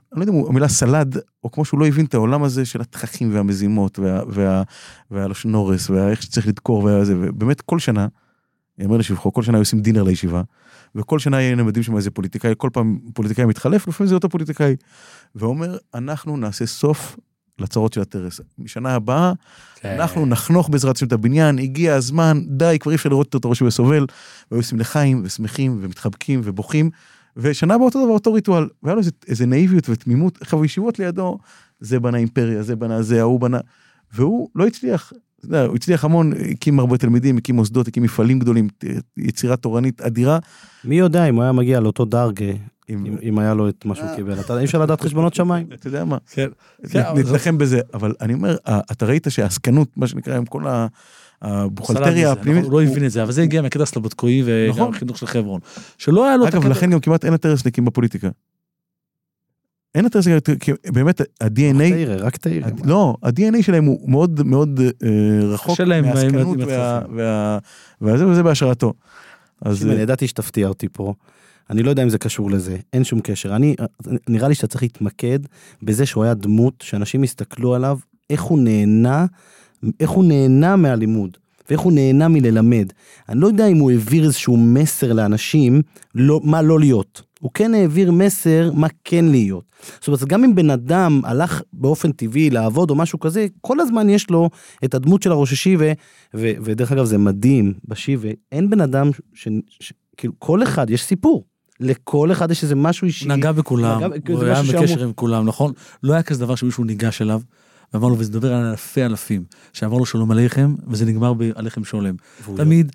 אני לא יודע, המילה סלד, או כמו שהוא לא הבין את העולם הזה של התככים והמזימות, והלשנורס, ואיך שצריך לדקור, ובאמת כל שנה, אני אומר לשבחו, כל שנה היו עושים דינר לישיבה, וכל שנה היינו מדהים שם איזה פוליטיקאי, כל פעם פוליטיקאי מתחלף, לפעמים זה אותו פוליטיקאי, ואומר, אנחנו נעשה סוף לצרות של הטרס. משנה הבאה, אנחנו נחנוך בעזרת השם את הבניין, הגיע הזמן, די, כבר אי אפשר לראות את הראש וסובל, והיו עושים לחיים, ושמחים, ומתחבקים, ובוכים, ושנה הבאה אותו דבר, אותו ריטואל, והיה לו איזה נאיביות ותמימות, עכשיו ישיבות לידו, זה בנה אימפריה, זה בנה זה, ההוא בנה, והוא לא הצליח, הוא הצליח המון, הקים הרבה תלמידים, הקים מוסדות, הקים מפעלים גדולים, יצירה תורנית אדירה. מי יודע אם הוא היה מגיע לאותו דרג, אם היה לו את מה שהוא קיבל. אי אפשר לדעת חשבונות שמיים. אתה יודע מה? נתנחם בזה, אבל אני אומר, אתה ראית שהעסקנות, מה שנקרא, עם כל הבוכלטריה הפנימית. הוא לא הבין את זה, אבל זה הגיע מהקטע סלובודקאי וגם חינוך של חברון. שלא היה לו... אגב, לכן גם כמעט אין הטרסניקים בפוליטיקה. אין הטרסניקים, באמת ה-DNA... רק תאיר. לא, ה-DNA שלהם הוא מאוד מאוד רחוק מהעסקנות וזה בהשראתו. אני ידעתי שתפתיע אותי פה. אני לא יודע אם זה קשור לזה, אין שום קשר. נראה לי שאתה צריך להתמקד בזה שהוא היה דמות, שאנשים יסתכלו עליו, איך הוא נהנה מהלימוד, ואיך הוא נהנה מללמד. אני לא יודע אם הוא העביר איזשהו מסר לאנשים, מה לא להיות. הוא כן העביר מסר מה כן להיות. זאת אומרת, גם אם בן אדם הלך באופן טבעי לעבוד או משהו כזה, כל הזמן יש לו את הדמות של הראש השיבה, ודרך אגב זה מדהים בשיבה, אין בן אדם כאילו כל אחד, יש סיפור. לכל אחד יש איזה משהו אישי. נגע בכולם, הוא היה בקשר עם כולם, נכון? לא היה כזה דבר שמישהו ניגש אליו, ואמר לו, וזה מדבר על אלפי, שאמר לו שלום עליכם, וזה נגמר בעליכם שולם. תמיד,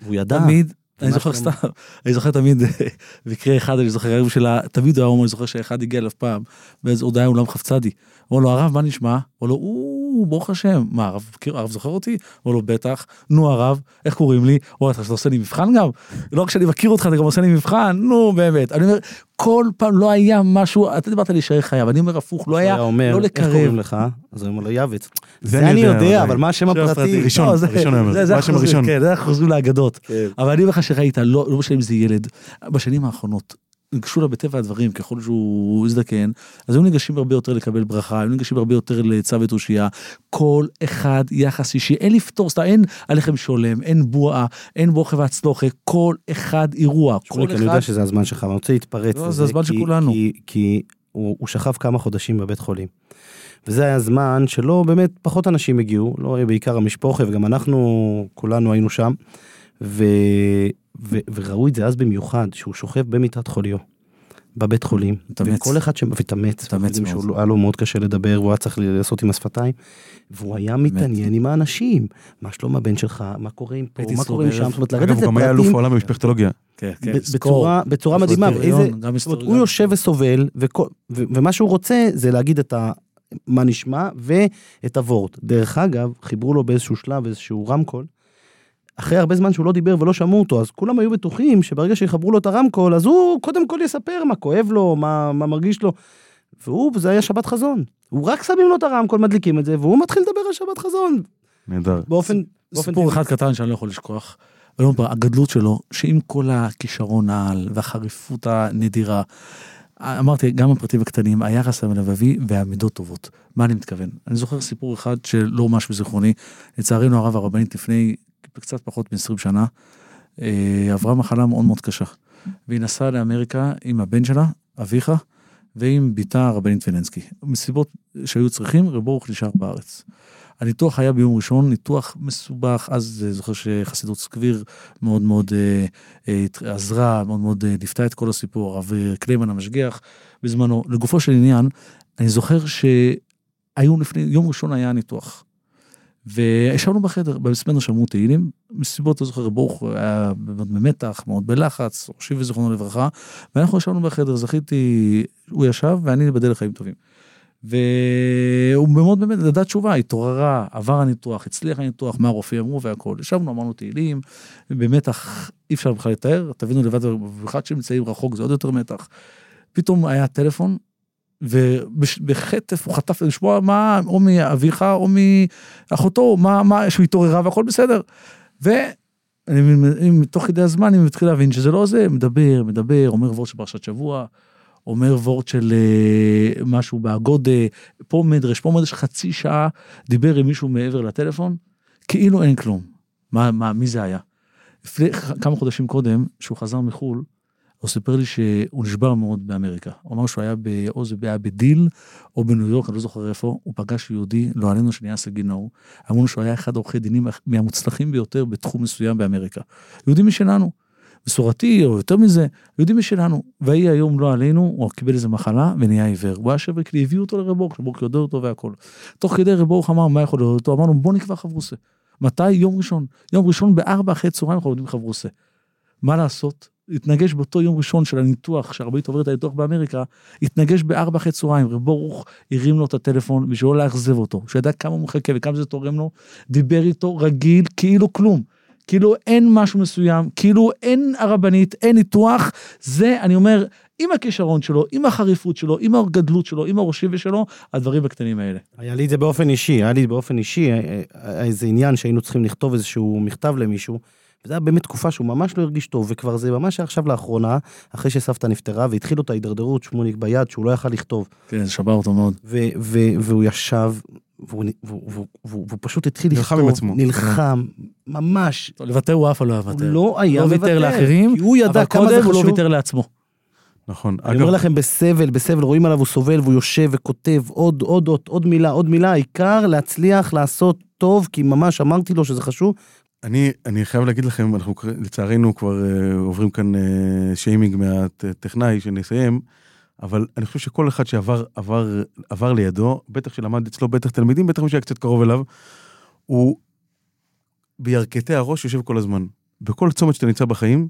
אני זוכר תמיד, מקרה אחד, אני זוכר הרב שלה, תמיד הוא היה אומר, אני זוכר שאחד הגיע אליו פעם, ואיזה הודעה אולם חפצדי. אמר לו, הרב, מה נשמע? אמר לו, ברוך השם. מה, הרב זוכר אותי? אמר לו, בטח. נו, הרב, איך קוראים לי? אמר, אתה עושה לי מבחן גם? לא, כשאני מכיר אותך, אתה גם עושה לי מבחן? נו, באמת. אני אומר, כל פעם לא היה משהו, אתה דיברת להישאר חייב, אני אומר הפוך, לא היה, לא לקרב. איך קוראים לך? אז הוא אומר לו, יבץ. זה אני יודע, אבל מה השם הפרטי? ראשון, זה אנחנו חוזרים לאגדות. אבל אני אומר לך שראית, לא משנה אם זה ילד, בשנים האחרונות, ניגשו לה בטבע הדברים, ככל שהוא הזדקן, אז הם ניגשים הרבה יותר לקבל ברכה, הם ניגשים הרבה יותר לצו ותושייה, כל אחד יחס אישי, אין לפתור, אין עליכם שולם, אין בועה, אין בוכה והצלוחה, כל אחד אירוע, כל אחד... אני יודע שזה הזמן שלך, אני רוצה להתפרץ לזה, זה הזמן של כולנו. כי הוא שכב כמה חודשים בבית חולים, וזה היה זמן שלא, באמת, פחות אנשים הגיעו, לא בעיקר המשפחה, וגם אנחנו, כולנו היינו שם, וראו את זה אז במיוחד, שהוא שוכב במיטת חוליו, בבית חולים, וכל אחד שמתאמץ, היה לו מאוד קשה לדבר, והוא היה צריך לעשות עם השפתיים, והוא היה מתעניין עם האנשים, מה שלום הבן שלך, מה קורה עם פה, מה קורה עם שם, זאת אומרת, אגב, הוא גם היה אלוף העולם במשפחתולוגיה. בצורה מדהימה, הוא יושב וסובל, ומה שהוא רוצה זה להגיד את מה נשמע, ואת הוורט. דרך אגב, חיברו לו באיזשהו שלב, איזשהו רמקול, אחרי הרבה זמן שהוא לא דיבר ולא שמעו אותו, אז כולם היו בטוחים שברגע שיחברו לו את הרמקול, אז הוא קודם כל יספר מה כואב לו, מה מרגיש לו, וזה היה שבת חזון. הוא רק שמים לו את הרמקול, מדליקים את זה, והוא מתחיל לדבר על שבת חזון. נהדר. סיפור אחד קטן שאני לא יכול לשכוח, הגדלות שלו, שעם כל הכישרון העל והחריפות הנדירה, אמרתי, גם הפרטים הקטנים, היחס המלבבי והמידות טובות. מה אני מתכוון? אני זוכר סיפור אחד שלא ממש בזיכרוני, לצערנו הרב הרבנית לפני קצת פחות מ-20 שנה, עברה מחלה מאוד מאוד קשה. והיא נסעה לאמריקה עם הבן שלה, אביך, ועם ביתה הרבנית ולנסקי. מסיבות שהיו צריכים, רב ברוך נשאר בארץ. הניתוח היה ביום ראשון, ניתוח מסובך, אז זוכר שחסידות סקביר מאוד מאוד עזרה, מאוד מאוד ליפתה את כל הסיפור, הרב קליימן המשגיח בזמנו. לגופו של עניין, אני זוכר שהיום לפני, יום ראשון היה הניתוח. וישבנו בחדר, במסמנו שמעו תהילים, מסיבות, לא זוכר, רב ברוך היה מאוד במתח, מאוד בלחץ, ראשי וזכרונו לברכה, ואנחנו ישבנו בחדר, זכיתי, הוא ישב, ואני נבדל לחיים טובים. והוא מאוד באמת, לדעת תשובה, התעוררה, עבר הניתוח, הצליח הניתוח, מה הרופאים אמרו והכל. ישבנו, אמרנו תהילים, במתח, אי אפשר בכלל לתאר, תבינו לבד, ובחד שמצאים רחוק, זה עוד יותר מתח. פתאום היה טלפון, ובחטף הוא חטף לשמוע מה, או מאביך, או מאחותו, מה, שהוא התעוררה והכל בסדר. תוך כדי הזמן, אני מתחיל להבין שזה לא זה, מדבר, אומר עבור של פרשת שבוע, אומר וורד של משהו באגוד, פה מדרש, חצי שעה דיבר עם מישהו מעבר לטלפון, כאילו אין כלום. מי זה היה? לפני כמה חודשים קודם, שהוא חזר מחול, הוא סיפר לי שהוא נשבר מאוד באמריקה. הוא אמר שהוא היה או זה היה בדיל, או בניו יורק, אני לא זוכר איפה, הוא פגש יהודי, לא עלינו שנהיה סגינאו, אמרו שהוא היה אחד עורכי דינים מהמוצלחים ביותר בתחום מסוים באמריקה. יהודי משלנו, מסורתי, או יותר מזה, יהודי משלנו, והיא היום לא עלינו, הוא קיבל איזה מחלה, ונהיה עיוור. הוא היה שבר, כי הביאו אותו לרבורק, רבורק יודע אותו והכל. תוך כדי רבורק אמר, מה יכול להיות אותו? אמרנו, בוא נקבע חברוסה. מתי? יום ראשון. יום ראשון ב16:00 אנחנו לומדים חברוסה. מה לעשות? התנגש באותו יום ראשון של הניתוח, שהרבית עוברת הניתוח באמריקה, התנגש ב16:00, רב ברוך הרים לו את הטלפון, בשביל לא להחזב אותו, שידע כמה הוא מחכה וכמה זה תורם לו, דיבר איתו רגיל, כאילו כלום, כאילו אין משהו מסוים, כאילו אין הרבנית, אין ניתוח, זה אני אומר, עם הכישרון שלו, עם החריפות שלו, עם הגדלות שלו, עם הראשים שלו, הדברים הקטנים האלה. היה לי את זה באופן אישי, איזה עניין שהיינו צריכים לכתוב איזשהו מכתב למישהו, וזה היה באמת תקופה שהוא ממש לא הרגיש טוב, וכבר זה ממש עכשיו לאחרונה, אחרי שסבתא נפטרה, והתחיל אותה הידרדרות שמוניק ביד, שהוא לא יכל לכתוב. כן, זה שבר אותו מאוד. והוא ישב, והוא פשוט התחיל לכתוב, נלחם, ממש. לוותר הוא אף לא הוותר. הוא לא היה לא ויתר לאחרים, אבל קודם הוא לא ויתר לעצמו. נכון. אני אומר לכם, בסבל, רואים עליו, הוא סובל, והוא יושב וכותב עוד מילה, העיקר להצליח לעשות טוב, כי ממש אמרתי לו שזה חשוב. אני חייב להגיד לכם, אנחנו לצערנו כבר עוברים כאן שיימינג מהטכנאי שנסיים, אבל אני חושב שכל אחד שעבר לידו, בטח שלמד אצלו, בטח תלמידים, בטח מי שהיה קצת קרוב אליו, הוא בירכתי הראש יושב כל הזמן. בכל צומת שאתה נמצא בחיים,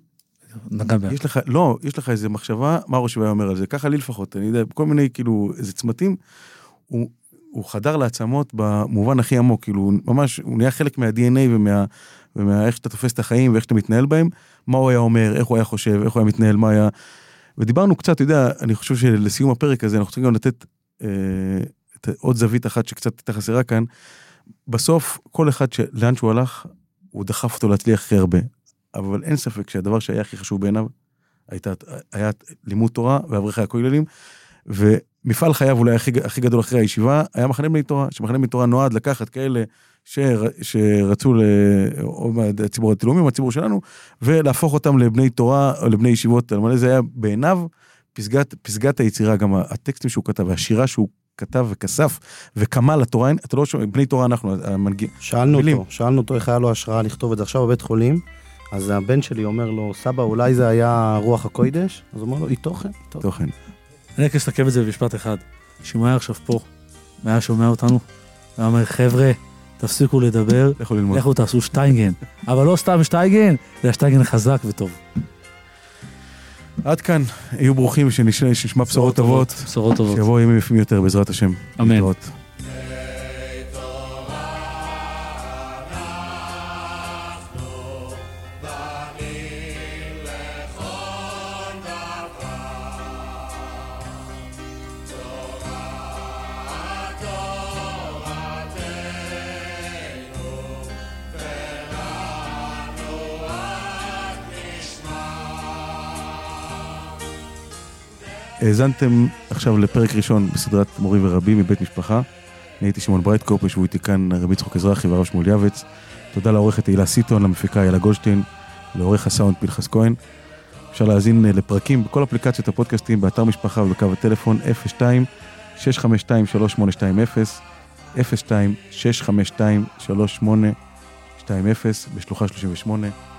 יש לך איזה מחשבה, מה ראש היה אומר על זה? ככה לי לפחות, אני יודע, בכל מיני כאילו, איזה צמתים, הוא חדר לעצמות במובן הכי עמוק, כאילו, ממש, הוא נהיה חלק מה-DNA איך שאתה תופס את החיים ואיך שאתה מתנהל בהם, מה הוא היה אומר, איך הוא היה חושב, איך הוא היה מתנהל, מה היה, ודיברנו קצת, אתה יודע, אני חושב שלסיום הפרק הזה, אנחנו צריכים גם לתת עוד זווית אחת שקצת הייתה חסרה כאן, בסוף, כל אחד לאן שהוא הלך, הוא דחף אותו להצליח הכי הרבה, אבל אין ספק שהדבר שהיה הכי חשוב בעיניו, היה לימוד תורה ואברכי הכוללים, ומפעל חייו אולי הכי גדול אחרי הישיבה, היה מחנה בני תורה, שמחנה בני תורה נועד לקחת כאלה שרצו או מהציבור התלומי, מהציבור שלנו, ולהפוך אותם לבני תורה, או לבני ישיבות, זה היה בעיניו פסגת היצירה, גם הטקסטים שהוא כתב, והשירה שהוא כתב וכסף, וכמה לתורה, אתה לא שומע, בני תורה אנחנו, המנגינים. שאלנו אותו איך היה לו השראה לכתוב את זה עכשיו בבית חולים, אז הבן שלי אומר לו, סבא, אולי זה היה רוח הקודש? אז הוא אומר לו, היא תוכן. אני רק אסתכל את זה במשפט אחד, שאם הוא היה עכשיו פה, היה שומע אותנו, הוא אומר, חבר'ה, תפסיקו לדבר, לכו תעשו שטיינגן, אבל לא סתם שטיינגן, זה שטיינגן חזק וטוב. עד כאן, יהיו ברוכים שנשמע בשורות טובות, שיבואו ימים יפים יותר בעזרת השם. אמן. האזנתם עכשיו לפרק ראשון בסדרת מורי ורבי מבית משפחה. אני הייתי שמעון ברייטקופ, ישבו איתי כאן רבי יצחק אזרחי והרב שמואל יעבץ. תודה לעורכת תהילה סיטון, למפיקה איילה גולדשטיין, לעורך הסאונד פנחס כהן. אפשר להאזין לפרקים בכל אפליקציות הפודקאסטים, באתר משפחה ובקו הטלפון 02-652-3820, 02-652-3820, בשלוחה 38.